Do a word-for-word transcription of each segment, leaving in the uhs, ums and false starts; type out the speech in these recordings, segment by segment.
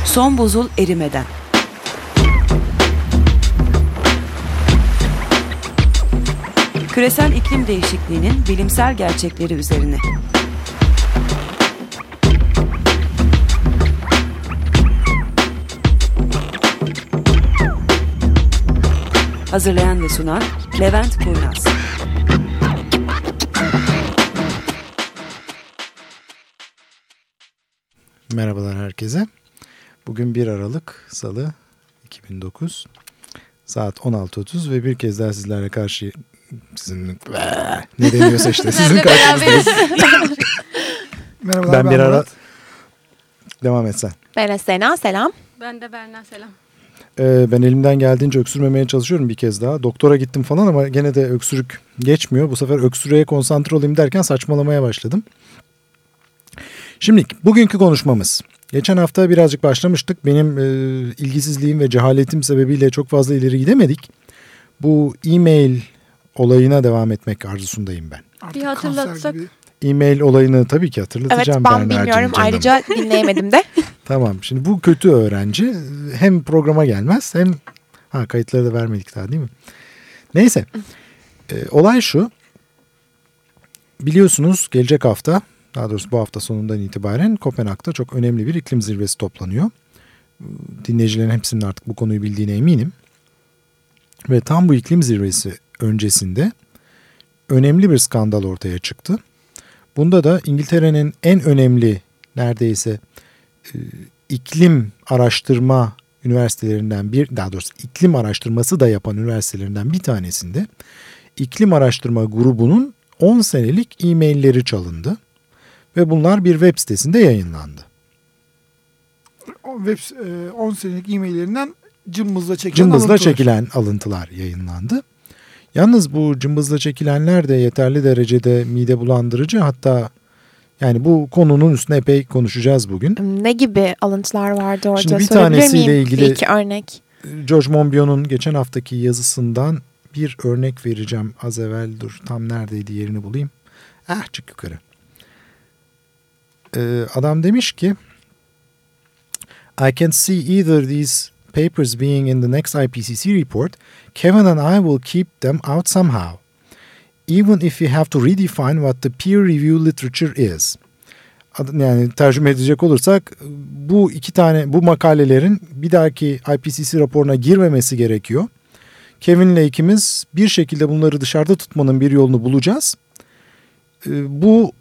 Son buzul erimeden. Küresel iklim değişikliğinin bilimsel gerçekleri üzerine. Hazırlayan ve sunan Levent Kurnaz. Merhabalar herkese. Bugün bir Aralık Salı iki bin dokuz saat on altı otuz ve bir kez daha sizlerle karşı sizin ne deniyorsa işte sizin karşınızdayız. Merhabalar, ben bir ara devam et sen. Ben Sena, selam. Ben de Berna, selam. Ee, ben elimden geldiğince öksürmemeye çalışıyorum bir kez daha. Doktora gittim falan ama gene de öksürük geçmiyor. Bu sefer öksürüğe konsantre olayım derken saçmalamaya başladım. Şimdi bugünkü konuşmamız. Geçen hafta birazcık başlamıştık. Benim e, ilgisizliğim ve cehaletim sebebiyle çok fazla ileri gidemedik. Bu e-mail olayına devam etmek arzusundayım ben. Artık bir hatırlatsak. E-mail olayını tabii ki hatırlatacağım. Evet, ben bilmiyorum. Ayrıca dinleyemedim de. Tamam. Şimdi bu kötü öğrenci hem programa gelmez hem ha kayıtları da vermedik daha değil mi? Neyse. E, olay şu. Biliyorsunuz gelecek hafta, daha doğrusu bu hafta sonundan itibaren Kopenhag'da çok önemli bir iklim zirvesi toplanıyor. Dinleyicilerin hepsinin artık bu konuyu bildiğine eminim. Ve tam bu iklim zirvesi öncesinde önemli bir skandal ortaya çıktı. Bunda da İngiltere'nin en önemli neredeyse e, iklim araştırma üniversitelerinden bir, daha doğrusu iklim araştırması da yapan üniversitelerinden bir tanesinde iklim araştırma grubunun on senelik e-mailleri çalındı. Ve bunlar bir web sitesinde yayınlandı. Web on senelik e-maillerinden cımbızla çekilen cımbızla alıntılar. çekilen alıntılar yayınlandı. Yalnız bu cımbızla çekilenler de yeterli derecede mide bulandırıcı, hatta yani bu konunun üstüne epey konuşacağız bugün. Ne gibi alıntılar vardı orada? Şimdi bir Sorabilir tanesiyle miyim? ilgili Bir iki örnek. George Monbiot'un geçen haftaki yazısından bir örnek vereceğim. Az evvel dur tam neredeydi yerini bulayım. Ah çık yukarı. Ee, adam demiş ki I can see either these papers being in the next I P C C report, Kevin and I will keep them out somehow. Even if we have to redefine what the peer review literature is. Yani tercüme edecek olursak bu iki tane bu makalelerin bir dahaki I P C C raporuna girmemesi gerekiyor. Kevin'le ikimiz bir şekilde bunları dışarıda tutmanın bir yolunu bulacağız. Ee, bu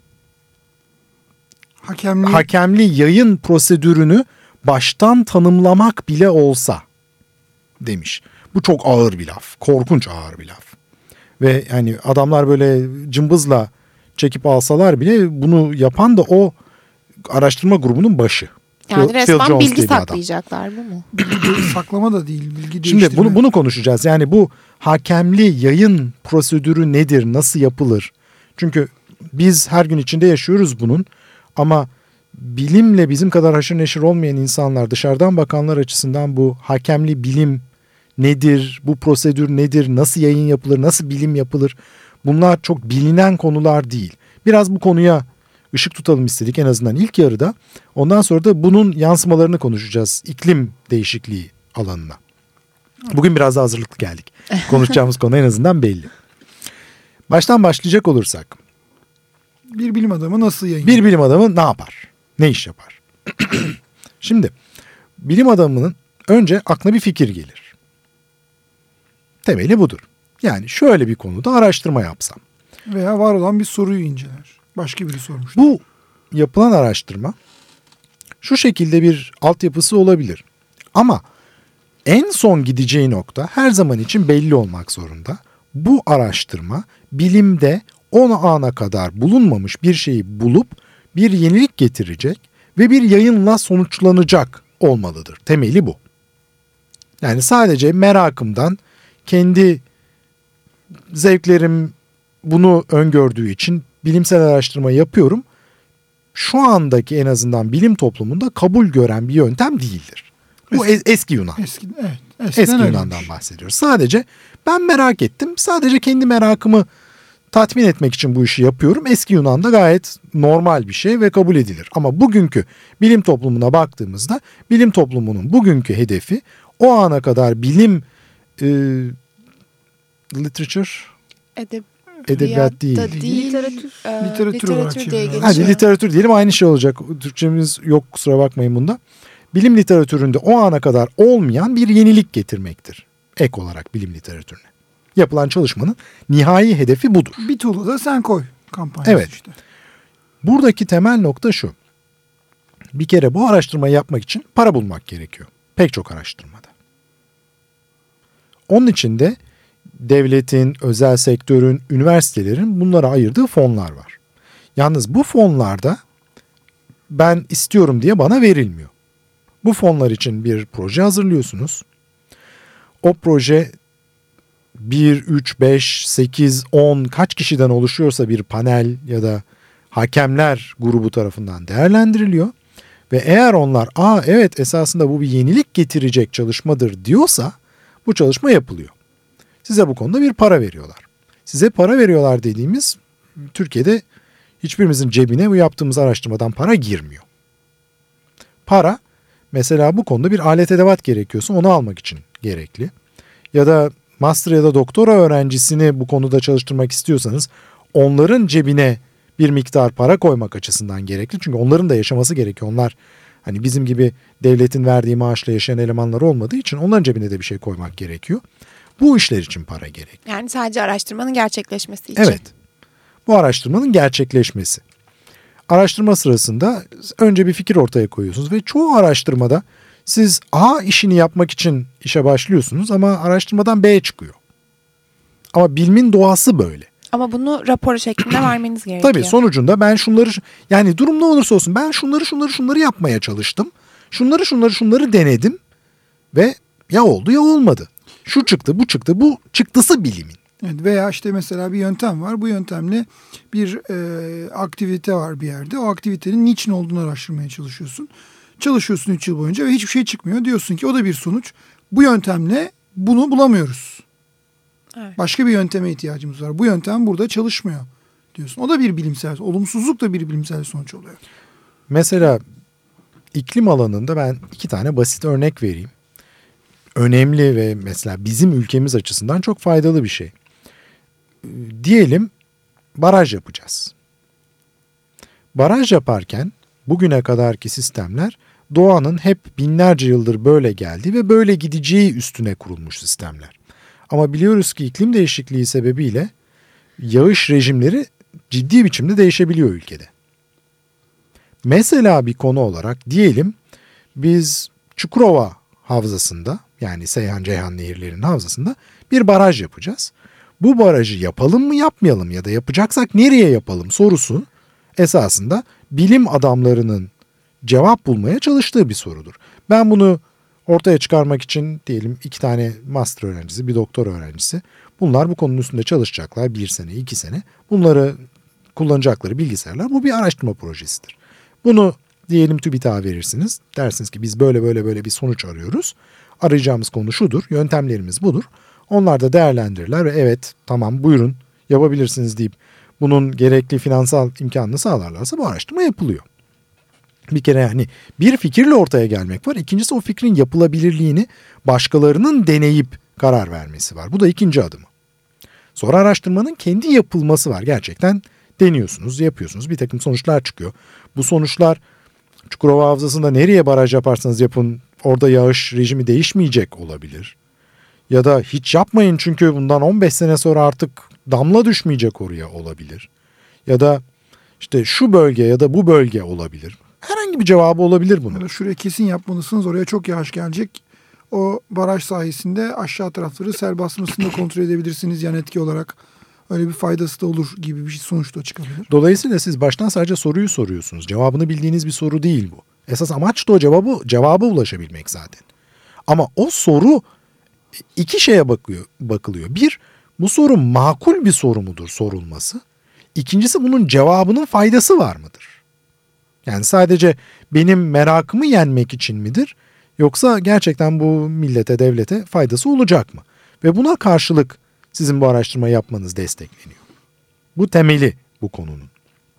Hakemli. hakemli yayın prosedürünü baştan tanımlamak bile olsa demiş. Bu çok ağır bir laf. Korkunç ağır bir laf. Ve yani adamlar böyle cımbızla çekip alsalar bile bunu yapan da o araştırma grubunun başı. Yani Phil, resmen Phil bilgi saklayacaklar, bu mu? Bilgi saklama da değil, bilgi Şimdi değiştirme. bunu bunu konuşacağız. Yani bu hakemli yayın prosedürü nedir? Nasıl yapılır? Çünkü biz her gün içinde yaşıyoruz bunun. Ama bilimle bizim kadar haşır neşir olmayan insanlar, dışarıdan bakanlar açısından bu hakemli bilim nedir, bu prosedür nedir, nasıl yayın yapılır, nasıl bilim yapılır, bunlar çok bilinen konular değil. Biraz bu konuya ışık tutalım istedik en azından ilk yarıda. Ondan sonra da bunun yansımalarını konuşacağız iklim değişikliği alanına. Bugün biraz daha hazırlıklı geldik. Konuşacağımız konu en azından belli. Baştan başlayacak olursak. Bir bilim adamı nasıl yayın? Bir bilim adamı ne yapar? Ne iş yapar? Şimdi bilim adamının önce aklına bir fikir gelir. Temeli budur. Yani şöyle bir konuda araştırma yapsam. Veya var olan bir soruyu inceler. Başka biri sormuş. Bu yapılan araştırma şu şekilde bir altyapısı olabilir. Ama en son gideceği nokta her zaman için belli olmak zorunda. Bu araştırma bilimde o ana kadar bulunmamış bir şeyi bulup bir yenilik getirecek ve bir yayınla sonuçlanacak olmalıdır. Temeli bu. Yani sadece merakımdan, kendi zevklerim bunu öngördüğü için bilimsel araştırma yapıyorum. Şu andaki en azından bilim toplumunda kabul gören bir yöntem değildir. Bu eski, eski Yunan. Eski, evet, eski Yunan'dan bahsediyoruz. Sadece ben merak ettim. Sadece kendi merakımı tatmin etmek için bu işi yapıyorum. Eski Yunan'da gayet normal bir şey ve kabul edilir. Ama bugünkü bilim toplumuna baktığımızda bilim toplumunun bugünkü hedefi o ana kadar bilim e, literature Edeb edebiyat değil. değil. Literatür. e, Literatür olarak diye çeviriyorlar. geçiyor. Hadi literatür diyelim, aynı şey olacak. Türkçemiz yok, kusura bakmayın bunda. Bilim literatüründe o ana kadar olmayan bir yenilik getirmektir. Ek olarak bilim literatürüne. Yapılan çalışmanın nihai hedefi budur. Bir tuğla da sen koy kampanyası Evet. işte. Buradaki temel nokta şu. Bir kere bu araştırmayı yapmak için para bulmak gerekiyor. Pek çok araştırmada. Onun için de devletin, özel sektörün, üniversitelerin bunlara ayırdığı fonlar var. Yalnız bu fonlarda ben istiyorum diye bana verilmiyor. Bu fonlar için bir proje hazırlıyorsunuz. O proje bir, üç, beş, sekiz, on kaç kişiden oluşuyorsa bir panel ya da hakemler grubu tarafından değerlendiriliyor. Ve eğer onlar aa evet esasında bu bir yenilik getirecek çalışmadır diyorsa bu çalışma yapılıyor. Size bu konuda bir para veriyorlar. Size para veriyorlar dediğimiz, Türkiye'de hiçbirimizin cebine bu yaptığımız araştırmadan para girmiyor. Para mesela bu konuda bir alet edevat gerekiyorsa onu almak için gerekli. Ya da master ya da doktora öğrencisini bu konuda çalıştırmak istiyorsanız onların cebine bir miktar para koymak açısından gerekli. Çünkü onların da yaşaması gerekiyor. Onlar hani bizim gibi devletin verdiği maaşla yaşayan elemanlar olmadığı için onların cebine de bir şey koymak gerekiyor. Bu işler için para gerekli. Yani sadece araştırmanın gerçekleşmesi için. Evet. Bu araştırmanın gerçekleşmesi. Araştırma sırasında önce bir fikir ortaya koyuyorsunuz ve çoğu araştırmada siz A işini yapmak için işe başlıyorsunuz ama araştırmadan B çıkıyor. Ama bilimin doğası böyle. Ama bunu rapor şeklinde vermeniz gerekiyor. Tabii sonucunda ben şunları, yani durum ne olursa olsun ben şunları şunları şunları yapmaya çalıştım. Şunları şunları şunları denedim ve ya oldu ya olmadı. Şu çıktı, bu çıktı, bu çıktısı bilimin. Evet, veya işte mesela bir yöntem var. Bu yöntemle bir e, aktivite var bir yerde. O aktivitenin niçin olduğunu araştırmaya çalışıyorsun. Çalışıyorsun üç yıl boyunca ve hiçbir şey çıkmıyor. Diyorsun ki o da bir sonuç. Bu yöntemle bunu bulamıyoruz. Evet. Başka bir yönteme ihtiyacımız var. Bu yöntem burada çalışmıyor diyorsun. O da bir bilimsel, olumsuzluk da bir bilimsel sonuç oluyor. Mesela iklim alanında ben iki tane basit örnek vereyim. Önemli ve mesela bizim ülkemiz açısından çok faydalı bir şey. Diyelim baraj yapacağız. Baraj yaparken bugüne kadarki sistemler doğanın hep binlerce yıldır böyle geldiği ve böyle gideceği üstüne kurulmuş sistemler. Ama biliyoruz ki iklim değişikliği sebebiyle yağış rejimleri ciddi biçimde değişebiliyor ülkede. Mesela bir konu olarak diyelim biz Çukurova Havzası'nda, yani Seyhan Ceyhan nehirlerinin havzasında bir baraj yapacağız. Bu barajı yapalım mı yapmayalım mı ya da yapacaksak nereye yapalım sorusu esasında bilim adamlarının cevap bulmaya çalıştığı bir sorudur. Ben bunu ortaya çıkarmak için diyelim iki tane master öğrencisi, bir doktor öğrencisi, bunlar bu konunun üstünde çalışacaklar bir sene, iki sene. Bunları kullanacakları bilgisayarlar, bu bir araştırma projesidir. Bunu diyelim TÜBİTAK'a verirsiniz. Dersiniz ki biz böyle böyle böyle bir sonuç arıyoruz. Arayacağımız konu şudur, yöntemlerimiz budur. Onlar da değerlendirirler ve evet tamam buyurun yapabilirsiniz deyip bunun gerekli finansal imkanını sağlarlarsa bu araştırma yapılıyor. Bir kere yani bir fikirle ortaya gelmek var. İkincisi o fikrin yapılabilirliğini başkalarının deneyip karar vermesi var. Bu da ikinci adımı. Sonra araştırmanın kendi yapılması var. Gerçekten deniyorsunuz, yapıyorsunuz. Bir takım sonuçlar çıkıyor. Bu sonuçlar Çukurova Havzası'nda nereye baraj yaparsanız yapın orada yağış rejimi değişmeyecek olabilir. Ya da hiç yapmayın çünkü bundan on beş sene sonra artık damla düşmeyecek oraya olabilir. Ya da işte şu bölge ya da bu bölge olabilir. Herhangi bir cevabı olabilir bunun. Yani şuraya kesin yapmalısınız, oraya çok yağış gelecek. O baraj sayesinde aşağı tarafları sel basmasını da kontrol edebilirsiniz yan etki olarak. Öyle bir faydası da olur gibi bir sonuç da çıkabilir. Dolayısıyla siz baştan sadece soruyu soruyorsunuz. Cevabını bildiğiniz bir soru değil bu. Esas amaç da o cevabı, cevaba ulaşabilmek zaten. Ama o soru iki şeye bakıyor, bakılıyor. Bir, bu soru makul bir soru mudur sorulması? İkincisi bunun cevabının faydası var mıdır? Yani sadece benim merakımı yenmek için midir? Yoksa gerçekten bu millete, devlete faydası olacak mı? Ve buna karşılık sizin bu araştırmayı yapmanız destekleniyor. Bu temeli bu konunun.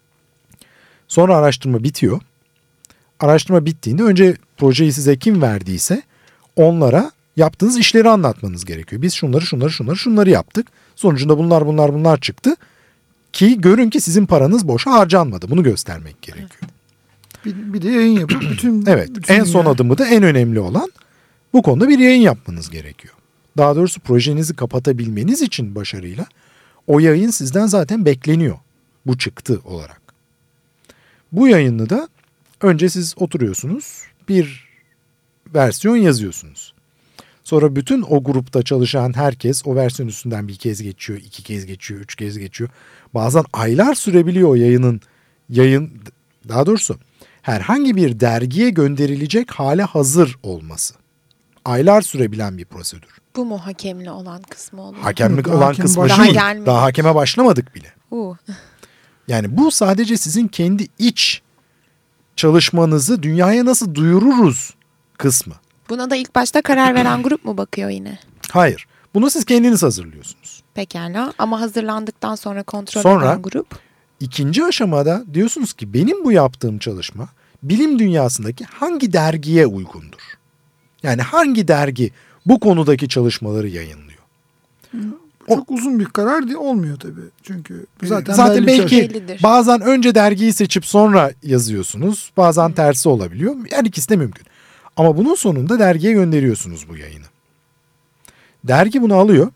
Sonra araştırma bitiyor. Araştırma bittiğinde önce projeyi size kim verdiyse onlara yaptığınız işleri anlatmanız gerekiyor. Biz şunları şunları şunları şunları yaptık. Sonucunda bunlar bunlar bunlar çıktı. Ki görün ki sizin paranız boşa harcanmadı. Bunu göstermek gerekiyor. Bir, bir de yayın yapıp bütün... Evet, bütün en son adımı da en önemli olan bu konuda bir yayın yapmanız gerekiyor. Daha doğrusu projenizi kapatabilmeniz için başarıyla o yayın sizden zaten bekleniyor. Bu çıktı olarak. Bu yayını da önce siz oturuyorsunuz, bir versiyon yazıyorsunuz. Sonra bütün o grupta çalışan herkes o versiyon üstünden bir kez geçiyor, iki kez geçiyor, üç kez geçiyor. Bazen aylar sürebiliyor o yayının, yayın daha doğrusu herhangi bir dergiye gönderilecek hale hazır olması. Aylar sürebilen bir prosedür. Bu mu hakemli olan kısmı oluyor? Hakemlik Daha olan hakem kısmı baş- Daha değil. gelmedi. Daha hakeme başlamadık bile. Uh. Yani bu sadece sizin kendi iç çalışmanızı dünyaya nasıl duyururuz kısmı. Buna da ilk başta karar veren grup mu bakıyor yine? Hayır. Bunu siz kendiniz hazırlıyorsunuz. Pekala, ama hazırlandıktan sonra kontrol Sonra- eden grup. İkinci aşamada diyorsunuz ki benim bu yaptığım çalışma bilim dünyasındaki hangi dergiye uygundur? Yani hangi dergi bu konudaki çalışmaları yayınlıyor? Çok uzun bir karar değil, olmuyor tabii. Çünkü zaten, Zaten belli bir belki şey. Bellidir. bazen önce dergiyi seçip sonra yazıyorsunuz. Bazen tersi olabiliyor. Yani ikisi de mümkün. Ama bunun sonunda dergiye gönderiyorsunuz bu yayını. Dergi bunu alıyor.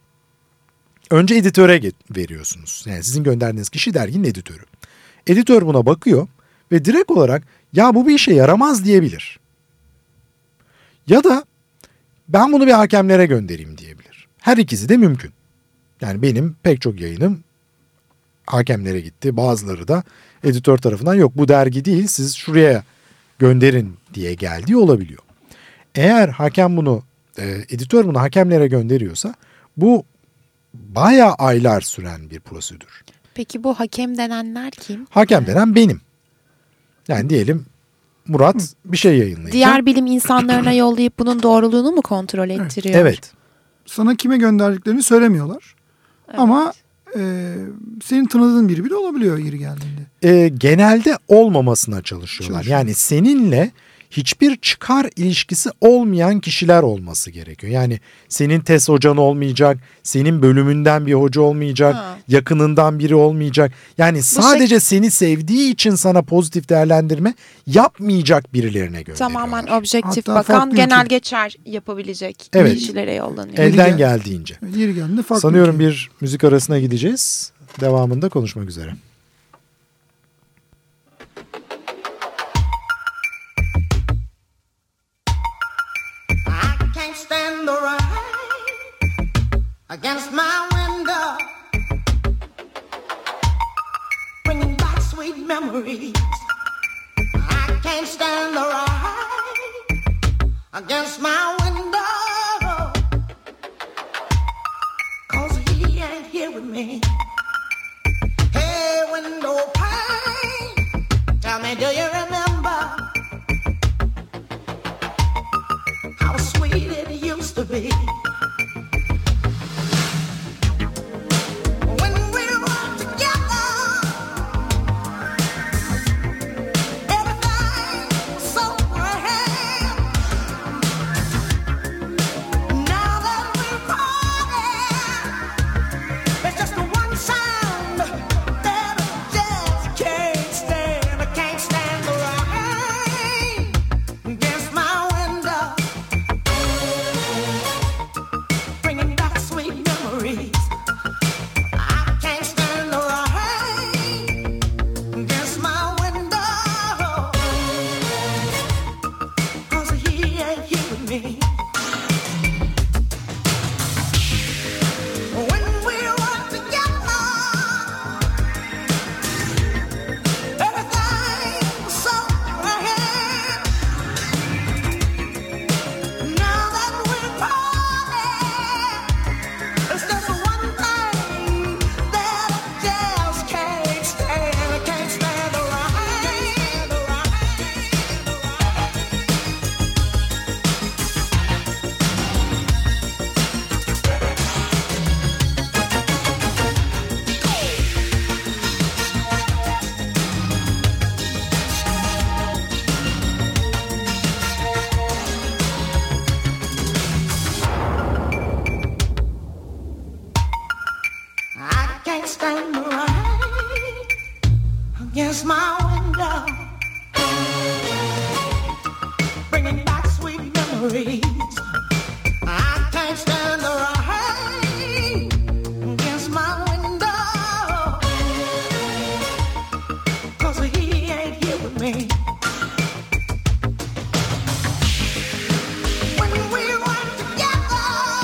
Önce editöre get- veriyorsunuz. Yani sizin gönderdiğiniz kişi derginin editörü. Editör buna bakıyor ve direkt olarak ya bu bir işe yaramaz diyebilir. Ya da ben bunu bir hakemlere göndereyim diyebilir. Her ikisi de mümkün. Yani benim pek çok yayınım hakemlere gitti. Bazıları da editör tarafından yok bu dergi değil siz şuraya gönderin diye geldiği olabiliyor. Eğer hakem bunu, e, editör bunu hakemlere gönderiyorsa bu bayağı aylar süren bir prosedür. Peki bu hakem denenler kim? Hakem denen benim. Yani diyelim Murat bir şey yayınlayacak. Diğer bilim insanlarına yollayıp bunun doğruluğunu mu kontrol ettiriyor? Evet. Sana kime gönderdiklerini söylemiyorlar. Evet. Ama e, senin tanıdığın biri bile olabiliyor yeri geldiğinde. E, genelde olmamasına çalışıyorlar. Çalışıyor. Yani seninle hiçbir çıkar ilişkisi olmayan kişiler olması gerekiyor. Yani senin tez hocan olmayacak, senin bölümünden bir hoca olmayacak, Ha. yakınından biri olmayacak. Yani sadece seni sevdiği için sana pozitif değerlendirme yapmayacak birilerine gönderiyorlar. Tamamen objektif Hatta bakan, farklı genel ülke- geçer yapabilecek Evet. kişilere yollanıyor. El- Elden Yeri gel- geldiğince. Yeri geldiğinde farklı. Sanıyorum ülke. bir müzik arasına gideceğiz. Devamında konuşmak üzere. I can't stand the rain against my window, bringing back sweet memories. I can't stand the rain against my window, 'cause he ain't here with me. Hey, window pane, tell me, do you remember how sweet it used to be? When we were together, everything was so grand. Now that we're parted, there's just one sound that I just can't stand. I can't stand the rain against my window. can't stand the rain against my window, bringing back sweet memories. I can't stand the rain against my window, 'cause he ain't here with me. When we were together,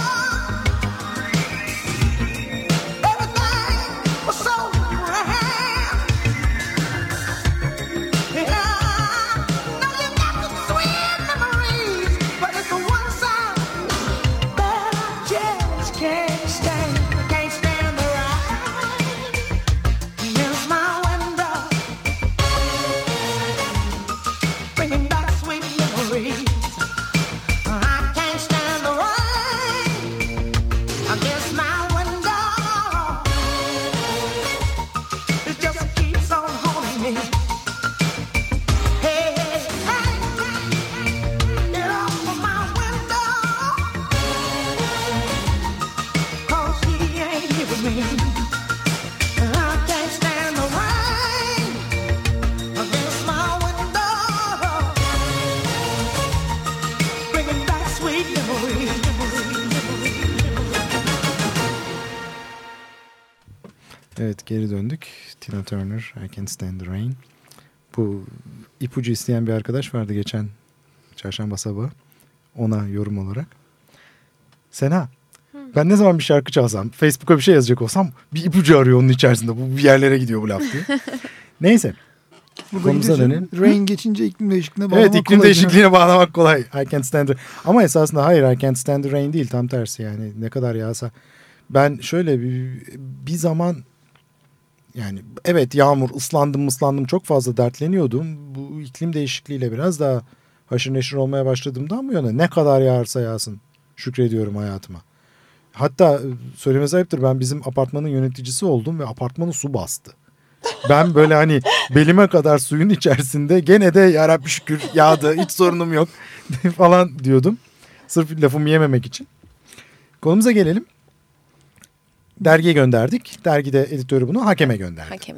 everything was so grand. Yeah, now you got the sweet memories, but it's the one side that I just can't stand. Can't stand the rain against my window, bringing back sweet memories. I can't stand the rain against my window. It just keeps on haunting me. Hey, hey, hey, get off of my window, 'cause he ain't here with me. I can't stand the rain against my window, bringing back sweet memories. Evet, geri döndük. Tina Turner, I Can't Stand the Rain. Bu ipucu isteyen bir arkadaş vardı geçen çarşamba sabahı. Ona yorum olarak. Sena, ben ne zaman bir şarkı çalsam, Facebook'a bir şey yazacak olsam bir ipucu arıyor onun içerisinde. Bu bir yerlere gidiyor bu laf diye. Neyse. Burada Konumuza gidince dönelim. rain geçince iklim değişikliğine bağlamak Evet, iklim kolay. değişikliğine bağlamak kolay. I Can't Stand the... Ama esasında hayır, I Can't Stand the Rain değil, tam tersi yani. Ne kadar yağsa. Ben şöyle bir, bir zaman yani evet yağmur, ıslandım ıslandım çok fazla dertleniyordum. Bu iklim değişikliğiyle biraz daha haşır neşir olmaya başladığımdan bu yana ne kadar yağarsa yağsın şükrediyorum hayatıma. Hatta söylemesi ayıptır, ben bizim apartmanın yöneticisi oldum ve apartmanı su bastı. Ben böyle hani belime kadar suyun içerisinde gene de yarabbi şükür yağdı, hiç sorunum yok falan diyordum. Sırf lafımı yememek için. Konumuza gelelim. Dergiye gönderdik. Dergide editörü bunu hakeme gönderdi. Hakem.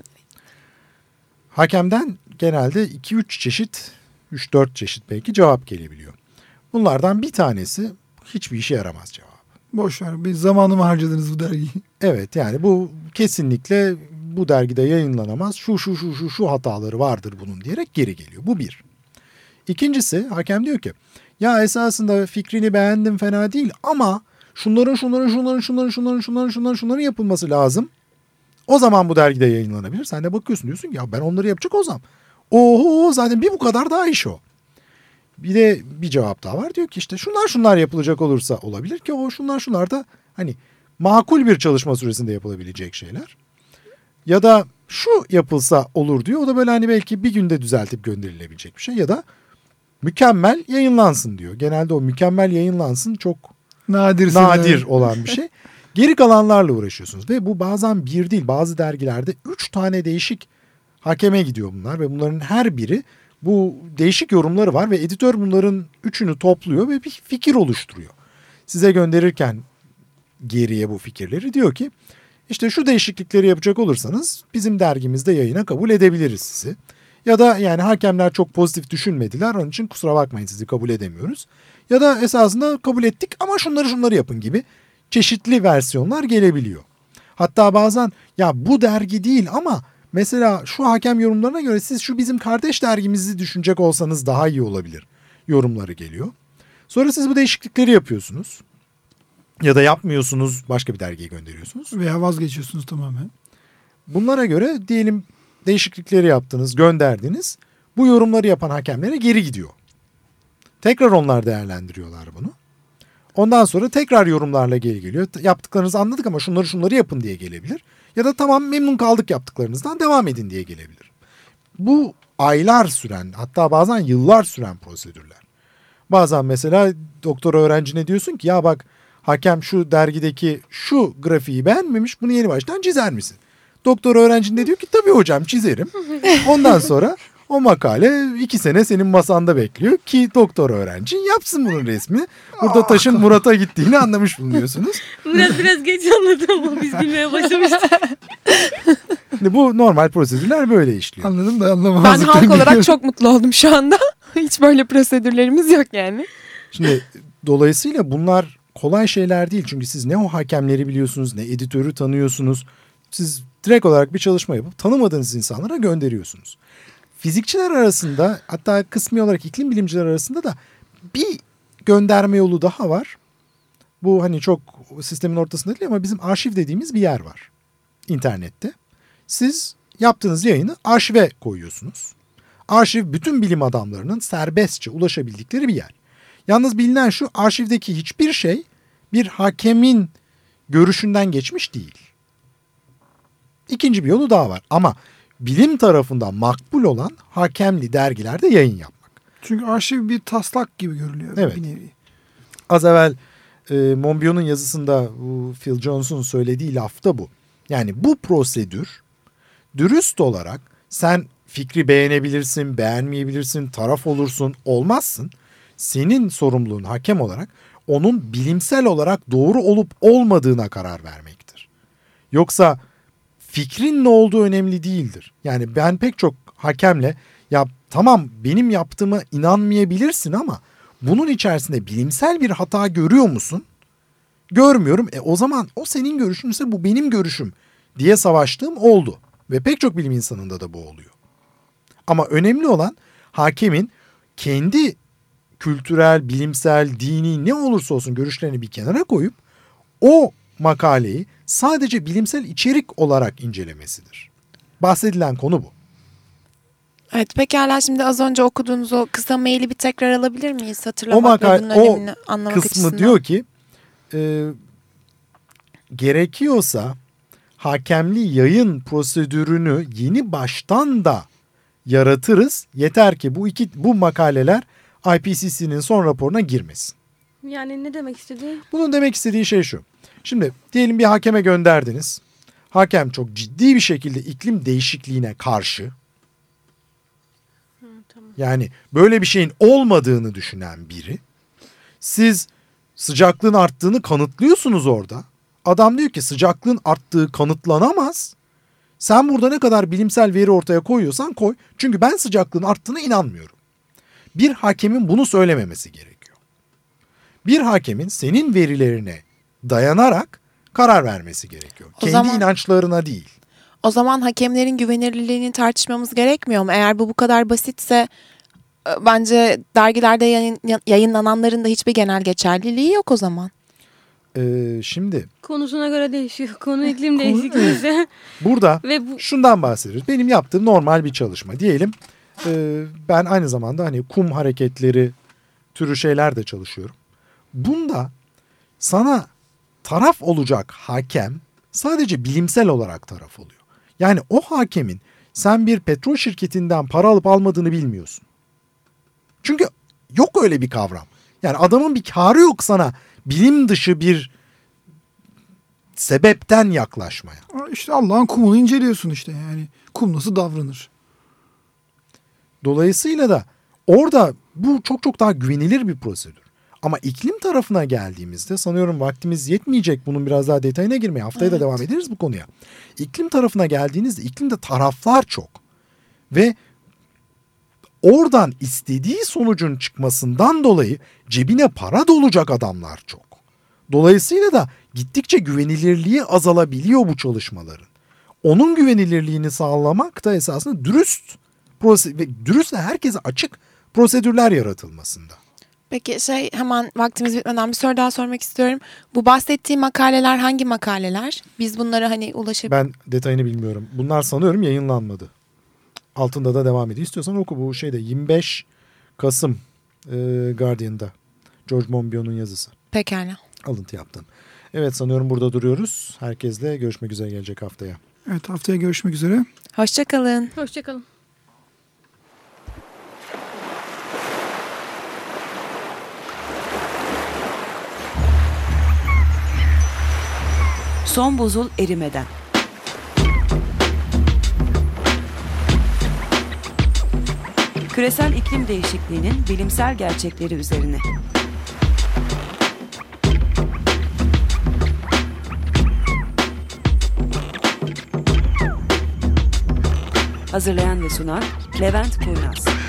Hakemden genelde iki üç çeşit, üç dört çeşit belki cevap gelebiliyor. Bunlardan bir tanesi hiçbir işe yaramaz cevap. Boş ver. Bir zamanımı harcadınız bu dergiyi. Evet, yani bu kesinlikle bu dergide yayınlanamaz. Şu şu şu şu şu hataları vardır bunun diyerek geri geliyor. Bu bir. İkincisi, hakem diyor ki ya esasında fikrini beğendim, fena değil ama şunların şunların şunların şunların şunların şunların şunların şunların yapılması lazım. O zaman bu dergide yayınlanabilir. Sen de bakıyorsun, diyorsun ya ben onları yapacak olsam. Oho, zaten bir bu kadar daha iş o. Bir de bir cevap daha var, diyor ki işte şunlar şunlar yapılacak olursa olabilir ki o şunlar şunlar da hani makul bir çalışma süresinde yapılabilecek şeyler. Ya da şu yapılsa olur diyor. O da böyle hani belki bir günde düzeltip gönderilebilecek bir şey. Ya da mükemmel yayınlansın diyor. Genelde o mükemmel yayınlansın çok Nadir. nadir olan bir şey. Geri kalanlarla uğraşıyorsunuz ve bu bazen bir değil, bazı dergilerde üç tane değişik hakeme gidiyor bunlar ve bunların her biri bu değişik yorumları var ve editör bunların üçünü topluyor ve bir fikir oluşturuyor. Size gönderirken geriye bu fikirleri diyor ki işte şu değişiklikleri yapacak olursanız bizim dergimizde yayına kabul edebiliriz sizi. Ya da yani hakemler çok pozitif düşünmediler, onun için kusura bakmayın sizi kabul edemiyoruz. Ya da esasında kabul ettik ama şunları şunları yapın gibi çeşitli versiyonlar gelebiliyor. Hatta bazen ya bu dergi değil ama mesela şu hakem yorumlarına göre siz şu bizim kardeş dergimizi düşünecek olsanız daha iyi olabilir yorumları geliyor. Sonra siz bu değişiklikleri yapıyorsunuz. Ya da yapmıyorsunuz, başka bir dergiye gönderiyorsunuz. Veya vazgeçiyorsunuz tamamen. Bunlara göre diyelim değişiklikleri yaptınız, gönderdiniz. Bu yorumları yapan hakemlere geri gidiyor. Tekrar onlar değerlendiriyorlar bunu. Ondan sonra tekrar yorumlarla geri geliyor. Yaptıklarınızı anladık ama şunları şunları yapın diye gelebilir. Ya da tamam memnun kaldık yaptıklarınızdan, devam edin diye gelebilir. Bu aylar süren, hatta bazen yıllar süren prosedürler. Bazen mesela doktora öğrencine diyorsun ki ya bak hakem şu dergideki şu grafiği beğenmemiş, bunu yeni baştan çizer misin? Doktor öğrencin de diyor ki tabii hocam çizerim. Ondan sonra O makale iki sene senin masanda bekliyor ki doktor öğrencin yapsın bunun resmini. Burada taşın Murat'a gittiğini anlamış bulunuyorsunuz. Biraz biraz geç anladım ama biz bilmeye başlamıştık. Şimdi bu normal prosedürler böyle işliyor. Anladım da Ben anlamamazlıktan halk olarak geliyorum. çok mutlu oldum şu anda. Hiç böyle prosedürlerimiz yok yani. Şimdi dolayısıyla bunlar kolay şeyler değil. Çünkü siz ne o hakemleri biliyorsunuz ne editörü tanıyorsunuz. Siz direkt olarak bir çalışma yapıp tanımadığınız insanlara gönderiyorsunuz. Fizikçiler arasında hatta kısmi olarak iklim bilimciler arasında da bir gönderme yolu daha var. Bu hani çok sistemin ortasında değil ama bizim arşiv dediğimiz bir yer var internette. Siz yaptığınız yayını arşive koyuyorsunuz. Arşiv bütün bilim adamlarının serbestçe ulaşabildikleri bir yer. Yalnız bilinen şu, arşivdeki hiçbir şey bir hakemin görüşünden geçmiş değil. İkinci bir yolu daha var ama bilim tarafından makbul olan hakemli dergilerde yayın yapmak. Çünkü arşiv bir taslak gibi görülüyor Evet. bir nevi. Az evvel e, Monbiot'un yazısında bu Phil Jones'un söylediği laf da bu. Yani bu prosedür dürüst olarak sen fikri beğenebilirsin, beğenmeyebilirsin, taraf olursun, olmazsın. Senin sorumluluğun hakem olarak onun bilimsel olarak doğru olup olmadığına karar vermektir. Yoksa fikrin ne olduğu önemli değildir. Yani ben pek çok hakemle ya tamam benim yaptığıma inanmayabilirsin ama bunun içerisinde bilimsel bir hata görüyor musun? Görmüyorum. E o zaman o senin görüşünse bu benim görüşüm diye savaştığım oldu. Ve pek çok bilim insanında da bu oluyor. Ama önemli olan hakemin kendi kültürel, bilimsel, dini ne olursa olsun görüşlerini bir kenara koyup o makaleyi sadece bilimsel içerik olarak incelemesidir. Bahsedilen konu bu. Evet, pekala, şimdi az önce okuduğunuz o kısa maili bir tekrar alabilir miyiz? Hatırlamak O makale- ve bunun önemini o anlamak kısmı açısından. diyor ki e, gerekiyorsa hakemli yayın prosedürünü yeni baştan da yaratırız. Yeter ki bu iki bu makaleler I P C C'nin son raporuna girmesin. Yani ne demek istediği? Bunun demek istediği şey şu. Şimdi diyelim bir hakeme gönderdiniz. Hakem çok ciddi bir şekilde iklim değişikliğine karşı. Hı, tamam. Yani böyle bir şeyin olmadığını düşünen biri. Siz sıcaklığın arttığını kanıtlıyorsunuz orada. Adam diyor ki sıcaklığın arttığı kanıtlanamaz. Sen burada ne kadar bilimsel veri ortaya koyuyorsan koy. Çünkü ben sıcaklığın arttığına inanmıyorum. Bir hakemin bunu söylememesi gerekiyor. Bir hakemin senin verilerine dayanarak karar vermesi gerekiyor. O Kendi zaman- inançlarına değil. O zaman hakemlerin güvenilirliğini tartışmamız gerekmiyor mu? Eğer bu bu kadar basitse e, bence dergilerde yayın, yayınlananların da hiçbir genel geçerliliği yok o zaman. Ee, şimdi Konusuna göre değişiyor. Konu iklim değişikliği. burada Ve bu şundan bahsediyoruz. Benim yaptığım normal bir çalışma. Diyelim e, ben aynı zamanda hani kum hareketleri türü şeyler de çalışıyorum. Bunda sana taraf olacak hakem sadece bilimsel olarak taraf oluyor. Yani o hakemin sen bir petrol şirketinden para alıp almadığını bilmiyorsun. Çünkü yok öyle bir kavram. Yani adamın bir kârı yok sana bilim dışı bir sebepten yaklaşmaya. İşte Allah'ın kumunu inceliyorsun işte yani. Kum nasıl davranır? Dolayısıyla da orada bu çok çok daha güvenilir bir prosedür. Ama iklim tarafına geldiğimizde sanıyorum vaktimiz yetmeyecek bunun biraz daha detayına girmeye. Haftaya da devam ederiz bu konuya. İklim tarafına geldiğinizde iklimde taraflar çok. Ve oradan istediği sonucun çıkmasından dolayı cebine para dolacak adamlar çok. Dolayısıyla da gittikçe güvenilirliği azalabiliyor bu çalışmaların. Onun güvenilirliğini sağlamak da esasında dürüst prose- ve dürüst ve herkese açık prosedürler yaratılmasında. Peki şey, hemen vaktimiz bitmeden bir soru daha sormak istiyorum. Bu bahsettiğim makaleler hangi makaleler? Biz bunlara hani ulaşıp... Ben detayını bilmiyorum. Bunlar sanıyorum yayınlanmadı. Altında da devam ediyor. İstiyorsan oku, bu şeyde yirmi beş Kasım e, Guardian'da George Monbiot'un yazısı. Pekala. Alıntı yaptım. Evet, sanıyorum burada duruyoruz. Herkesle görüşmek üzere gelecek haftaya. Evet, haftaya görüşmek üzere. Hoşça kalın. hoşçakalın. Son buzul erimeden. Küresel iklim değişikliğinin bilimsel gerçekleri üzerine. Hazırlayan ve sunan Levent Kurnaz.